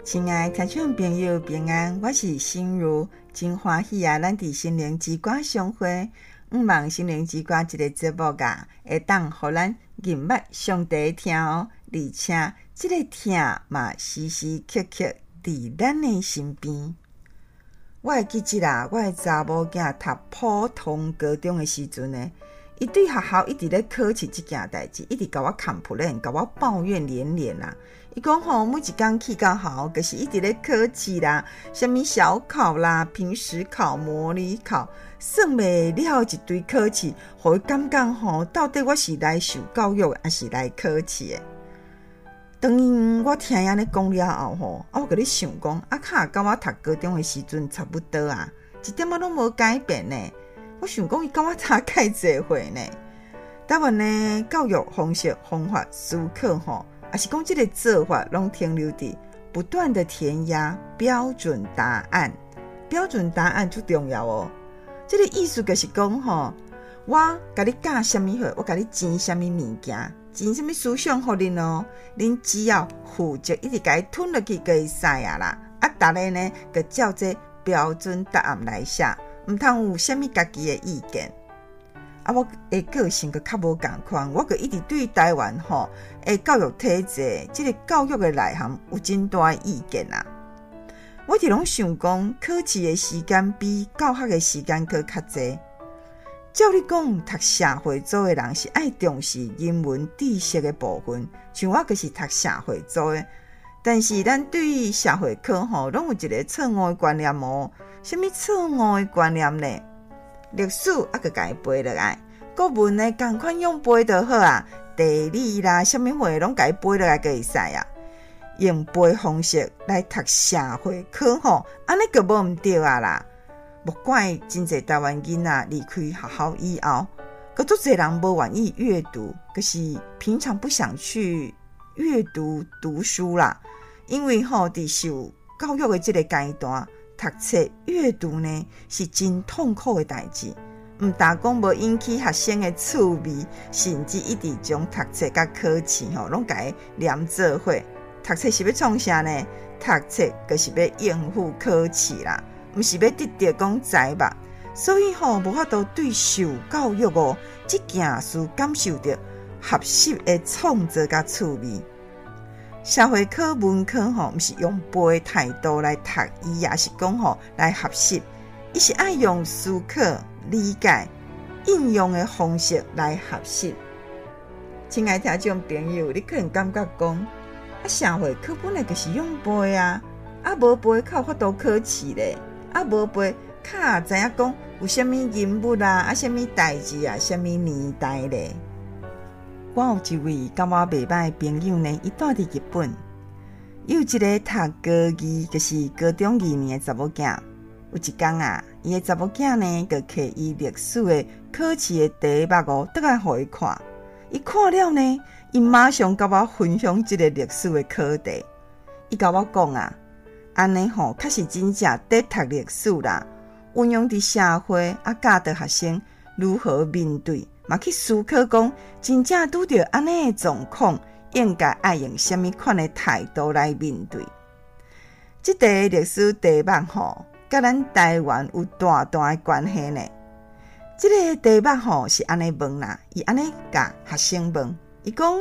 亲爱的听众朋友平安，我是心如，真欢喜啊！咱伫心灵之歌相会，望心灵之歌这个节目啊，会当互咱认捌上帝听哦，而且这个听嘛时时刻刻伫咱的身边。我会记得啦，我的查某囝读普通高中的时阵呢，伊对学校一直咧考试这件代志，一直甲我complain，甲我抱怨连连啦。伊讲吼，每一天去到校，就是一直咧考试啦，什么小考啦、平时考、模拟考，算袂了一堆考试，互伊感觉吼，到底我是来受教育的，还是来考试的？当我听安尼讲了后吼，我甲你想讲，较甲我读高中的时阵差不多啊，一点仔拢无改变呢。我想讲，伊甲我差介济岁呢。台湾的教育方式、方法、思考吼。也是讲这个做法拢停留伫不断的填鸭标准答案，标准答案最重要哦。这个意思就是讲吼，我甲你教什么好，我甲你钱什么物件，钱什么思想互恁哦，恁只要负责一直甲伊吞落去就会使啊啦。大家呢，就照这标准答案来写，唔通有什么家己的意见。我的个性就较无共款，我就一直对台湾吼的教育体制，这个教育的内涵有真大的意见啊。我一直拢想讲，考试的时间比教学的时间搁较济。照你讲，读社会组的人是爱重视人文知识的部分，像我就是读社会组的，但是咱对社会科吼，拢有一个错误的观念哦。什么错误的观念呢？历史个甲伊背落来，国文呢同款用背就好啊。地理啦，什么货拢甲伊背落来就会使啊。用背方式来读社会科吼，安尼就无毋对啊啦。莫怪真侪台湾囡仔离开学校以后，个足侪人无愿意阅读，就是平常不想去阅读读书啦。因为吼伫受教育的这个阶段。读册阅读呢是真痛苦的代志，毋但讲无引起学生的趣味，甚至一直将读册甲考试吼拢甲伊连做伙。读册是要创啥呢？读册就是要应付考试啦，毋是要得到讲财目。所以吼无法度对受教育哦这件事感受到合适的创作甲趣味。社会科、文科吼，毋是用背态度来读，伊也是讲吼来学习，伊是爱用思考、理解、应用的方式来学习。亲爱听众朋友，你可能感觉讲，社会科本来就是用背啊，无背靠法度考试咧，无背较知影讲有啥物人物啊，啥物代志啊，啥物年代咧。我有一位甲我袂歹的朋友呢，伊住伫日本，有一个读高二，就是高中2年的查某囝。有一天啊，伊的查某囝呢，就摕伊历史的考试的题目哦，倒来互伊看。伊看了呢，伊马上甲我分享这个历史的考题。伊甲我讲啊，安尼吼，确实真正得读历史啦，运用伫社会教导学生如何面对。嘛去思考讲，真正拄着安尼的状况，应该爱用什么款的态度来面对。这题历史题目吼，甲咱台湾有大大的关系呢。这个题目吼是安尼问啦，伊安尼甲学生问，伊讲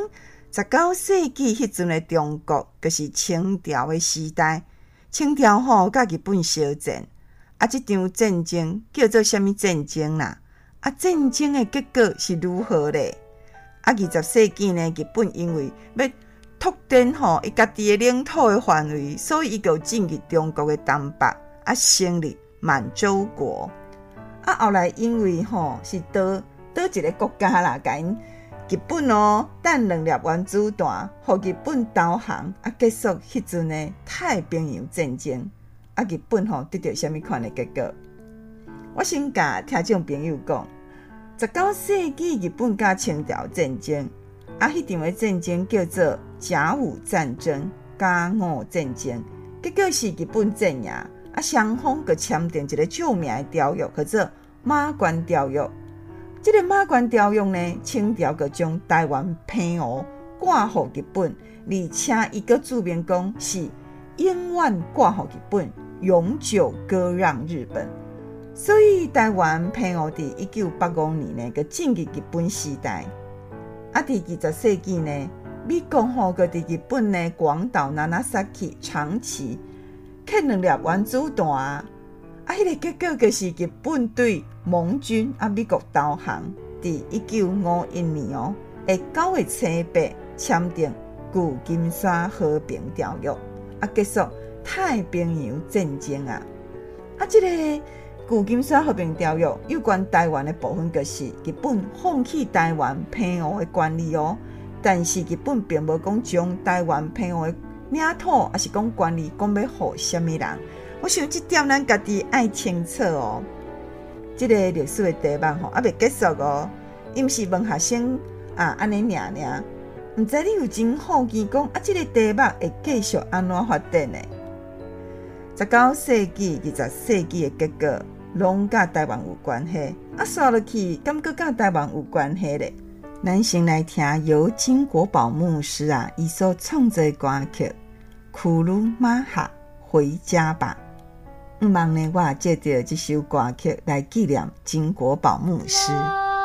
19世纪迄阵的中国，就是清朝的时代，清朝吼甲日本相战，这场战争叫做什么战争啦？战争的结果是如何咧？20世纪呢，日本因为要拓展伊家己的领土的范围，所以伊就进入中国的东北，成立满洲国。后来因为是倒一个国家啦，甲因日本弹2粒原子弹，互日本投降，结束迄阵的太平洋战争。日本得到什么款的结果？我先甲听众朋友讲，19世纪日本甲清朝战争，迄场的战争叫做甲午战争、甲午战争，结果是日本战赢，双方就签订一个著名的条约，叫做马关条约。这个马关条约呢，清朝就将台湾澎湖挂予日本，而且伊个注明讲是永远挂予日本，永久割让日本。所以台湾澎湖伫1985年呢，佮进入日本时代。伫20世纪呢，美国佮伫日本呢广岛、那纳萨基、长崎建2粒原子弹。迄个结果就是日本对盟军美国投降。伫1951年9月7日签订旧金山和平条约，结束太平洋战争啊！这个旧金山和平条约有关台湾的部分，就是日本放弃台湾澎湖的权利哦。但是日本并无讲将台湾澎湖的领土，还是讲权利，讲要互什么人？我想这点咱家己爱清楚哦。这个历史的题目还未结束哦，伊毋是问学生安尼尔，毋知你有真好奇讲这个题目会继续安怎发展呢？19世纪、20世纪的结果，拢甲台湾有关系。刷落去，敢阁甲台湾有关系咧？咱先来听由金国宝牧师伊所创作的歌曲《库鲁玛哈回家吧》。望呢，我借着这首歌曲来纪念金国宝牧师。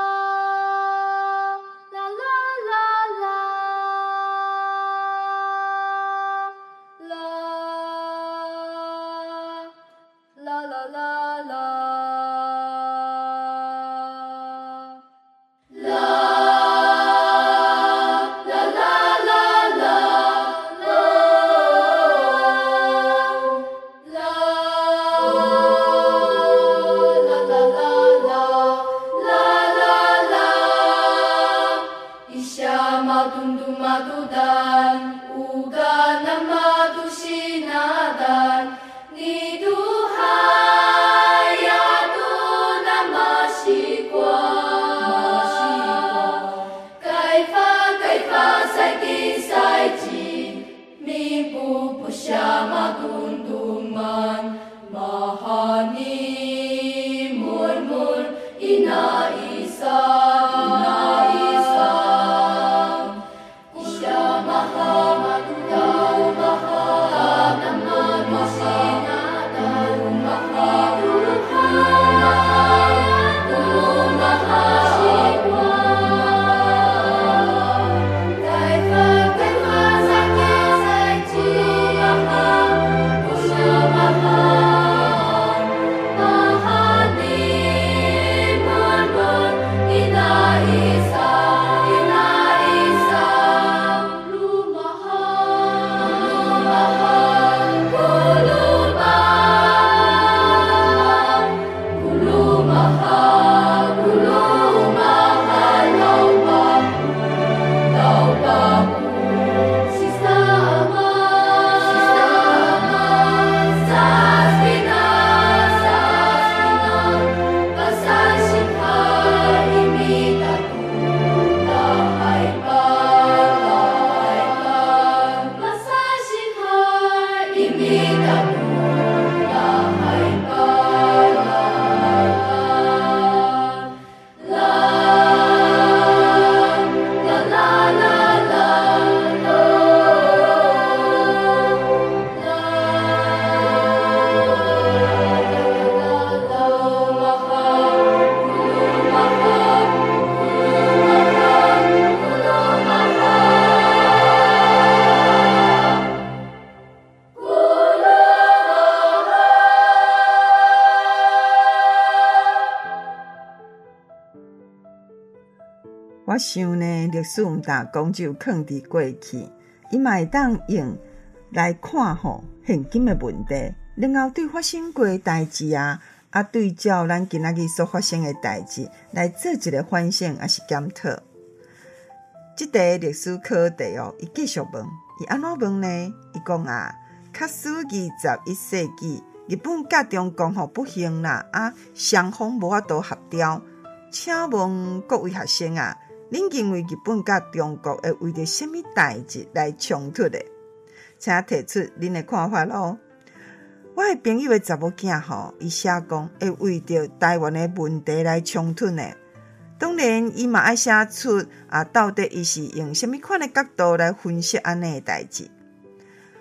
我想呢，历史毋但讲就放伫过去，伊嘛会当用来看现今的问题，然后对发生过的代志对照咱今仔日所发生的代志来做一个反省，还是检讨。这题历史课题伊继续问，伊安怎问呢？伊讲较始21世纪，日本甲中国不幸啦，双方无法度协调，请问各位学生恁认为日本甲中国会为着什么代志来冲突的？请提出恁的看法咯。我的朋友的查某囝伊写讲会为着台湾的问题来冲突呢。当然，伊嘛爱写出到底伊是用什么款的角度来分析安尼的代志。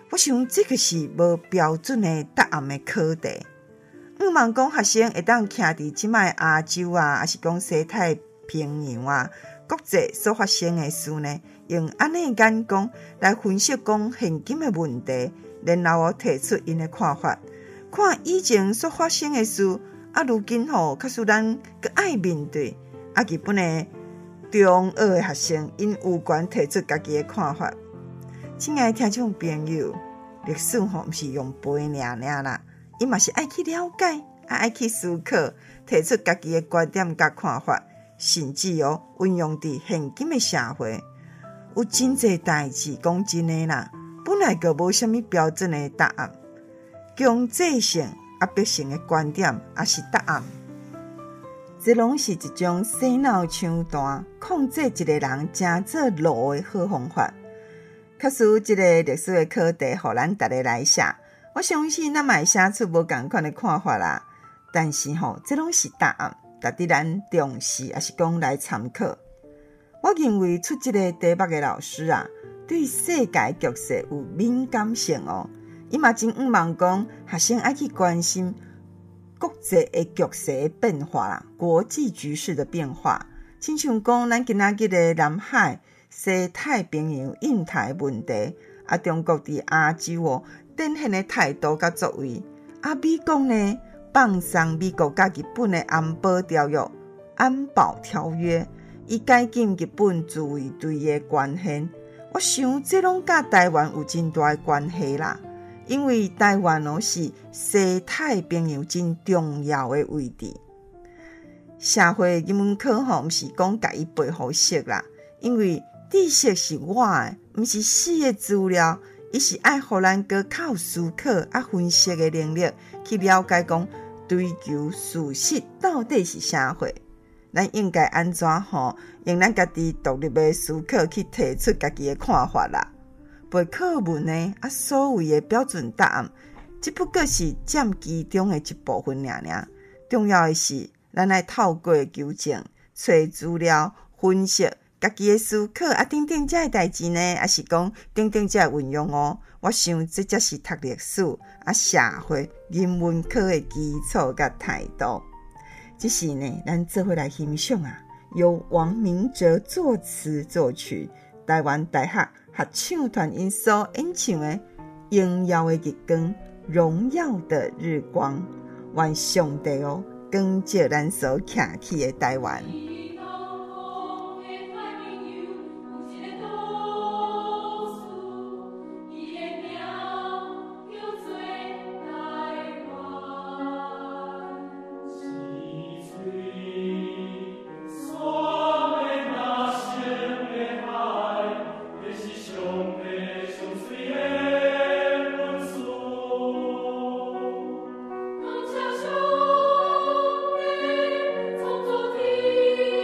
我想这个是无标准的答案的考题。毋茫讲学生会当徛伫即摆亚洲啊，还是讲西太平洋啊，国际所发生的事呢，用安尼眼光来分析讲现今的问题，然后提出因的看法，看以前所发生的事，如今较使咱搁爱面对。日本的中学的学生因有权提出家己的看法。亲爱的听众朋友，历史毋是用背尔啦，伊嘛是爱去了解，爱去思考，提出家己的观点甲看法，甚至运用伫现今的社会。有真侪代志，讲真的啦，本来就无啥物标准的答案，强制性逼性的观点也是答案。这拢是一种洗脑抢单，控制一个人正做路的好方法。假使这个历史的课题，互咱大家来写，我相信咱嘛会写出无同款的看法啦。但是这拢是答案，值得咱重视，也是讲来参考。我认为出这个题目的老师啊，对世界局势有敏感性哦。伊嘛真毋茫讲，学生爱去关心国际的局势的变化啦，国际局势的变化。亲像讲，咱今仔日的南海、西太平洋、印太问题，中国伫亚洲展现的态度甲作为，美国呢放松美国甲日本的安保条约、安保条约，伊改进日本自卫队的权限。我想这拢甲台湾有真大的关系啦，因为台湾是西太平洋真重要的位置。社会人文课毋是讲甲伊背互识啦，因为知识是我的，毋是死的资料，伊是爱互咱个靠思考分析的能力，去了解讲追求事实到底是啥货。咱应该安怎用咱家己独立的思考去提出家己的看法啦。背课文呢所谓的标准答案，只不过是占其中的一部分尔。重要的是，咱来透过求证、找资料、分析家己的思考等等这代志呢，还是讲等等这运用哦。我想这才是读历史社会人文科的基础甲态度。这是呢，咱做伙来欣赏由王明哲作词作曲，台湾大学合唱团因所演唱的《荣耀的日光，荣耀的日光》，愿上帝光照咱所徛起的台湾。 从昨天。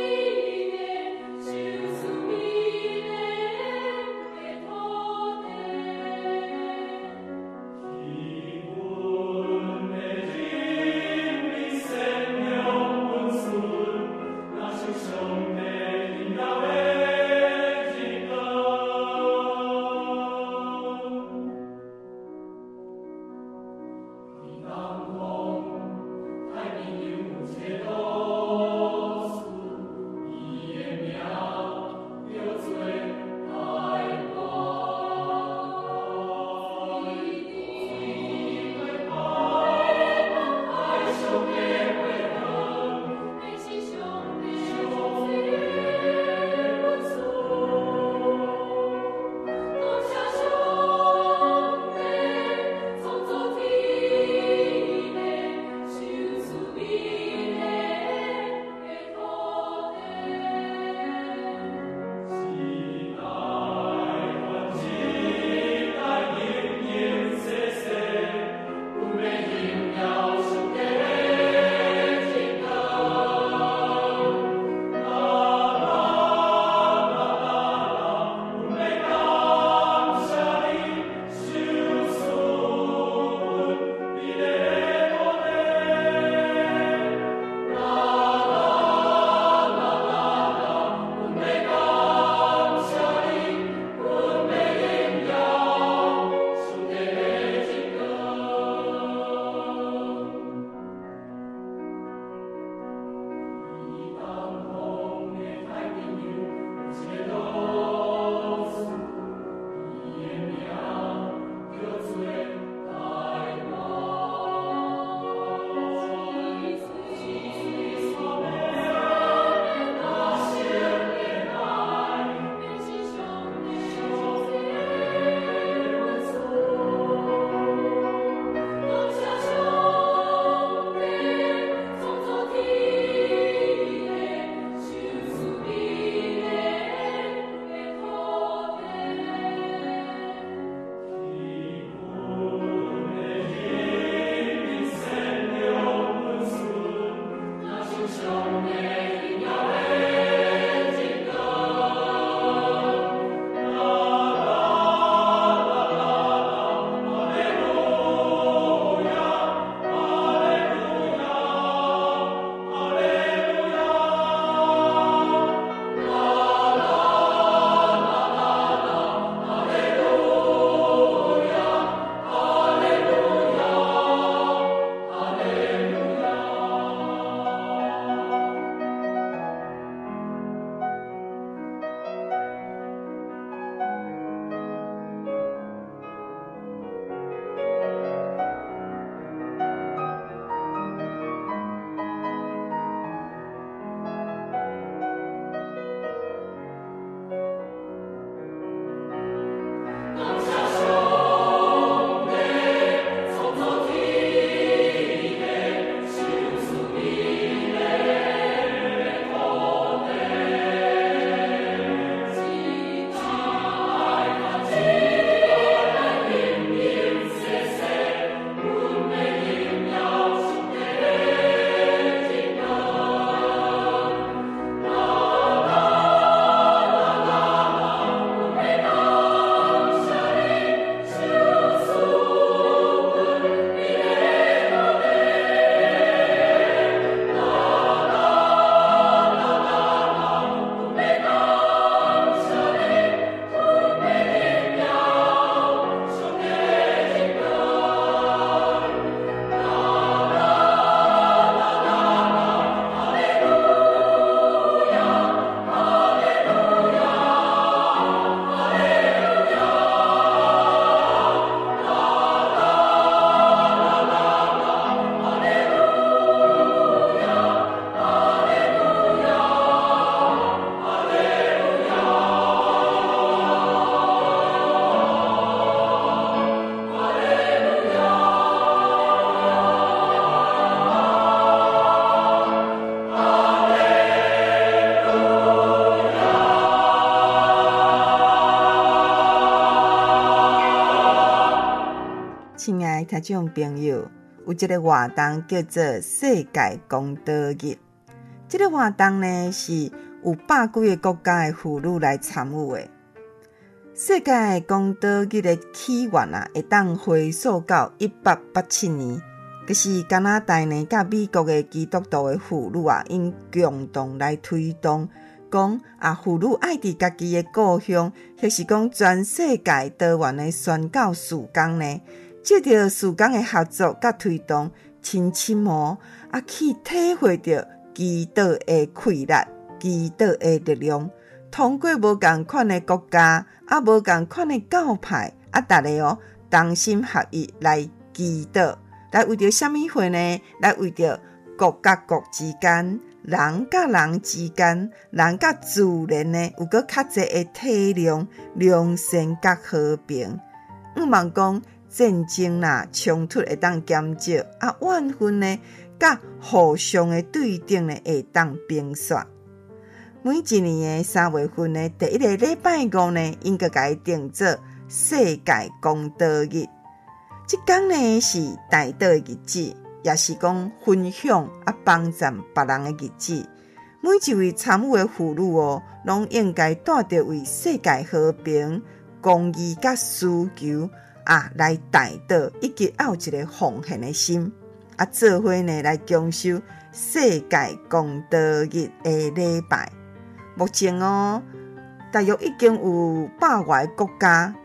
爱听众朋友，有一个活动叫做世界公道日。这个活动呢，是有100几个国家的妇女来参与的。世界公道日的起源会当回溯到1887年，就是加拿大呢甲美国的基督徒的妇女因共同来推动，讲妇女爱伫家己的故乡，或是讲全世界多元的宣教事工呢，借着事工的合作甲推动，亲亲魔去体会着基督的快乐，基督的力量，通过无同款的国家无同款的教派大家同心合意来祈祷，来为着什么会呢？来为着国甲国之间，人甲人之间，人甲自然呢有个较侪的体谅、良善甲和平。望讲战争冲突会当减少，怨恨呢甲互相的对等呢会当平息。每一年的3月份呢，第一个礼拜5呢，应该甲伊定做世界公道日。这天呢是大道的日子，也是讲分享帮助别人的日子。每一位参与的妇女拢应该带着为世界和平、公义甲需求来大道，以及有一个奉献的心做伙呢来享受世界公道日的礼拜。目前大约已经有100外国家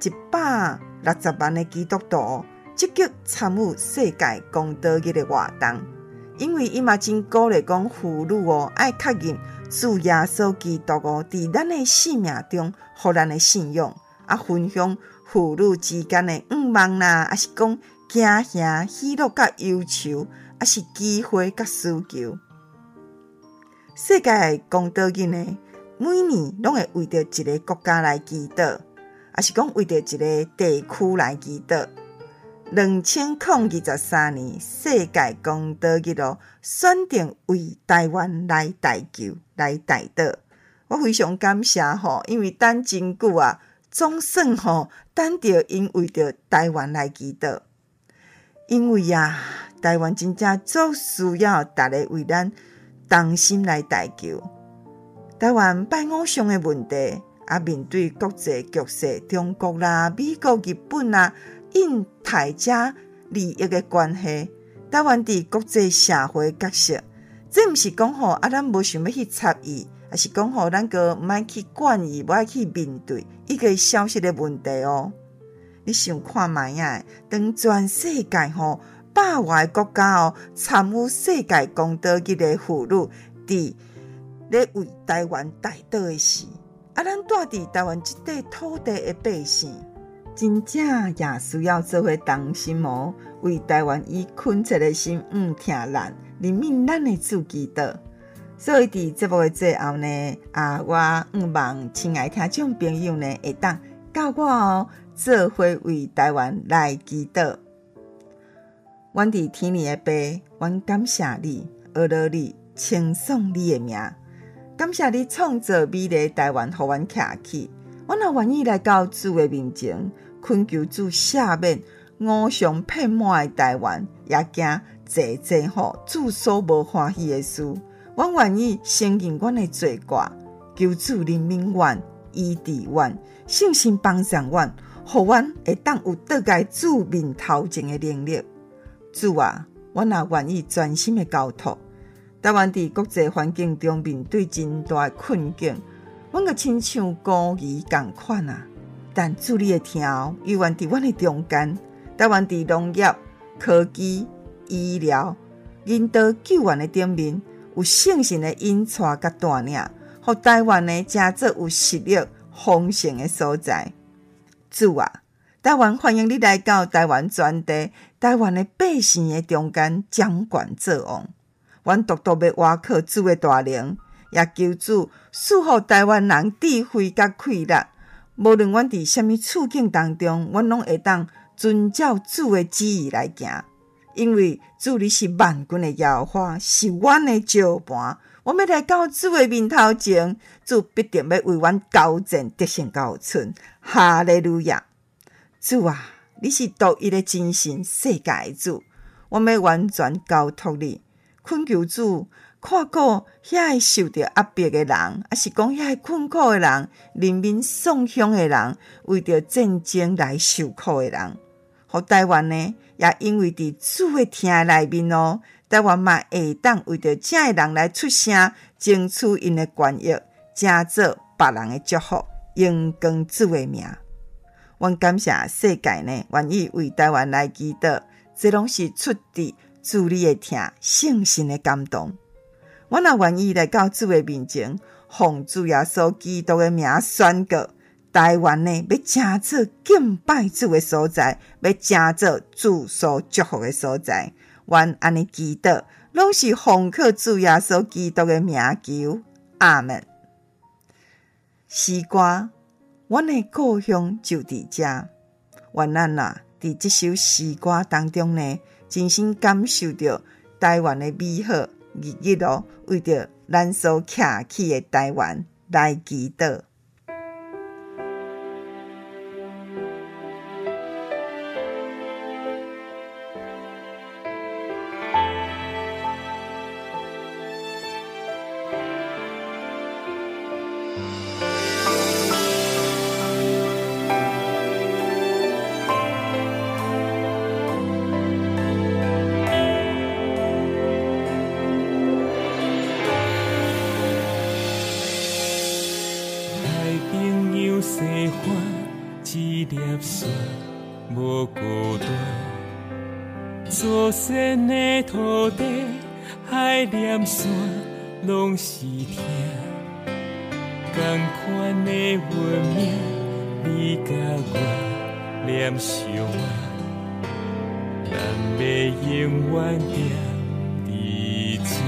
160万的基督徒积极参与世界公道日的活动，因为伊嘛真鼓励讲妇女爱确认主耶稣基督伫咱的生命中，互咱的信仰分享妇女之间的愿望还是讲家乡喜乐甲忧愁，是机会甲需求。世界公道日呢，每年拢会为着一个国家来祈祷，是讲为着一个地区来祈祷。2023年世界公道日选定为台湾来代求来代祷，我非常感谢因为等真久总算等着因为着台湾来祈祷，因为台湾真正足需要大家为咱同心来代求。台湾拜偶像的问题面对国际局势，中国美国、日本印太者利益的关系，台湾伫国际社会角色，这毋是讲咱无想要去参与，也是讲咱个毋爱去管伊，无爱去面对一个消息的问题你想看卖当全世界100外国家参与世界公道日的妇女伫咧为台湾代祷的事，咱住伫台湾这块土地的百姓，真正也需要做伙同心为台湾以恳切的心听咱，怜悯咱的主祈祷。所以伫节目的最后呢，我望亲爱听众朋友呢，会当教我做伙为台湾来祈祷。阮伫天父的爸，阮感谢你，阿罗你，称颂你的名，感谢你创造美丽的台湾，互阮徛起。阮也愿意来到主的面前，恳求主赦免五常骗满的台湾，也惊济主所无欢喜的事。阮愿意承认阮的罪过，求主怜悯阮、医治阮、信心帮助阮，互阮会当有倒来主面头前的能力。主阮也愿意专心的交托。台湾伫国际环境中面对真大的困境，阮个亲像孤儿同款但主你的听永远伫阮的中间。台湾伫农业、科技、医疗、人道救援的顶面，有圣神的引带甲带领，互台湾呢真做有实力、丰盛的所在。主台湾欢迎你来到台湾全地，台湾的百姓的中间掌管作王。阮独独要挖靠主的大能，也求主赐予台湾人智慧甲快乐。无论阮伫什么处境当中，阮拢会当遵照主的旨意来行。因为主你是万军的耶和华，是阮的招盘。我们要来到主的面头前，主必定要为阮交战，得胜到存。哈利路亚！主你是独一的真神世界的主，我们完全交托你，恳求主看顾遐个受着压迫的人，还是讲遐个困苦的人，人民丧乡的人，为着战争来受苦的人。互台湾呢，也因为伫主的听内面哦，台湾嘛会当为着正的人来出声，争取因的权益，成做别人的祝福，荣光主的名。阮感谢世界呢，愿意为台湾来祈祷，这拢是出自主你的听，圣神的感动。阮也愿意来到主的面前，奉主耶稣基督的名宣告，台湾呢要成做敬拜主的所在，要成做主所祝福的所在。阮安尼祈祷，拢是奉靠主耶稣基督的名求，阿门。诗歌，阮的故乡就伫遮。愿咱啊，伫这首诗歌当中呢，真心感受到台湾的美好，日日哦，为着咱所徛起的台湾来祈祷。 无孤单，祖先的土地，海连山拢是疼。同款的运命，你甲我念相咱要永远踮伫这。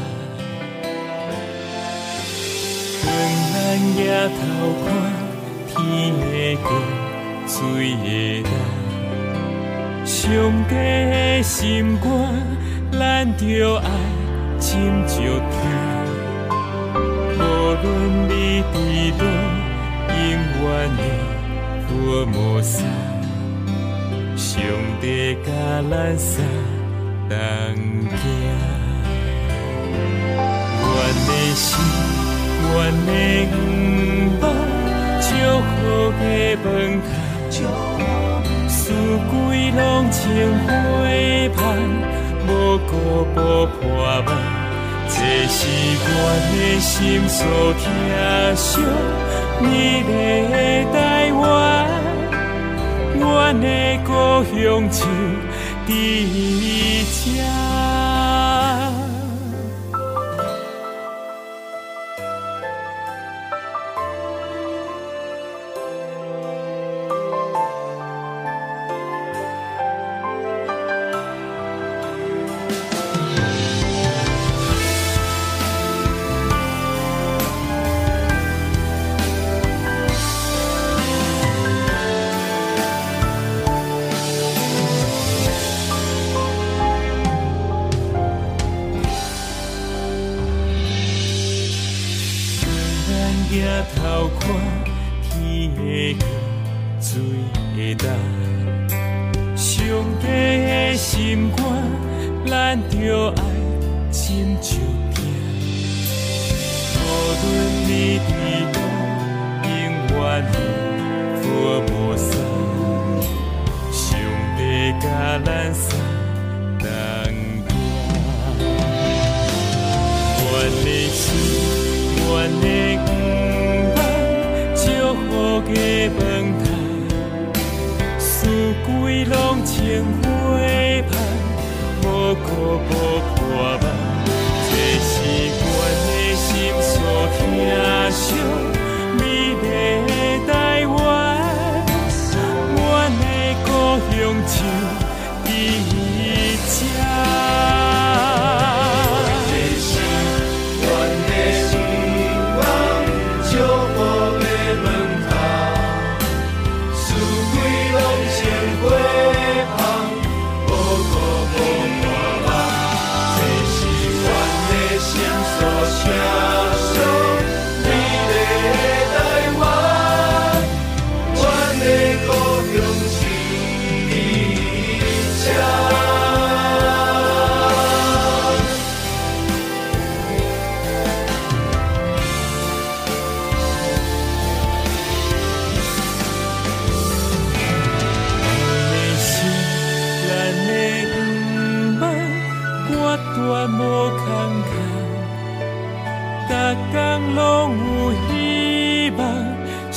当咱抬头看天的光。水的蓝，上帝的心肝，咱着爱深着疼。无论你伫倒，永远的福无散。上帝甲咱相同行。阮的心，阮的愿望，祝福的饭菜。四季拢千花盼，无辜无破梦，这是阮的心所疼惜。你的台湾，阮的故乡就伫这。抬头看天的光，水的蓝，上帝的心肝，咱着爱深着疼。无论你伫倒，永远福无散。上帝甲咱相同行，阮的心，阮的福的饭菜，四季拢千花盼，无辜无破梦，这是阮的心所疼惜。美丽的台湾，阮的故乡就伫这。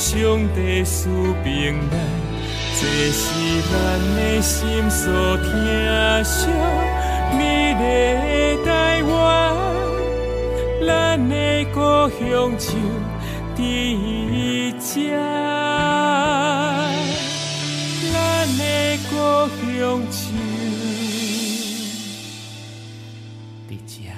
上帝赐平安，这是咱的心所听惜。美丽的台湾，咱的故乡就伫这，咱的故乡就伫这。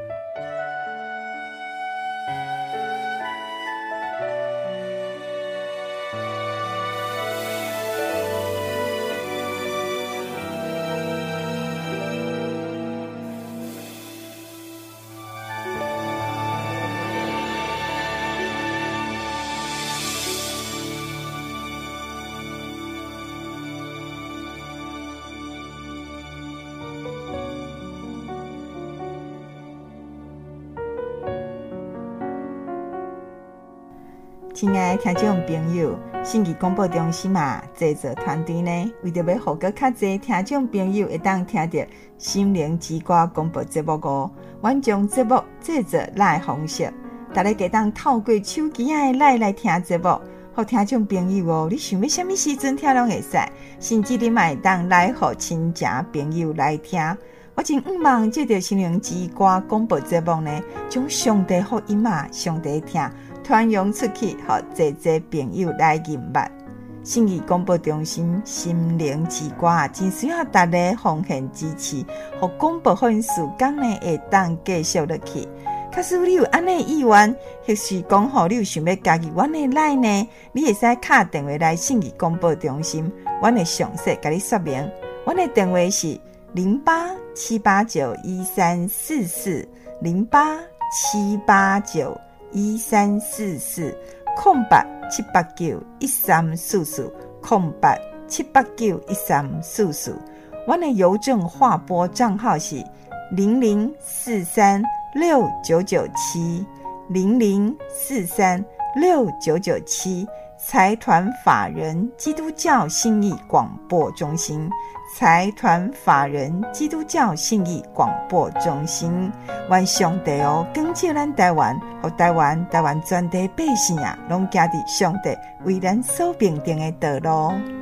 亲爱的听众朋友，信义广播中心制作团队呢，为着要互个较侪听众朋友会当听到心灵之歌广播节目哦，阮将节目制作来方式，大家加当透过手机的来听节目。互听众朋友哦，你想要什么时阵听拢会使，甚至你嘛会当来互亲戚朋友来听。我真希望借着心灵之歌广播节目呢，将上帝福音上帝听传扬出去，互侪朋友来认捌。信义广播中心心灵之歌真需要大家奉献支持，互广播福音事工呢会当继续落去。假使你有安尼意愿，或是讲好你有想要加入阮的来呢，你会使打电话来信义广播中心，阮会详细甲你说明。阮的电话是08-789-1344 08-789-1344 08-789-1344 08-789-1344。阮的邮政划拨账号是00436997 00436997，财团法人基督教信义广播中心，财团法人基督教信义广播中心。愿上帝光照咱台湾，和台湾全体百姓拢行伫上帝为咱所命定的道路。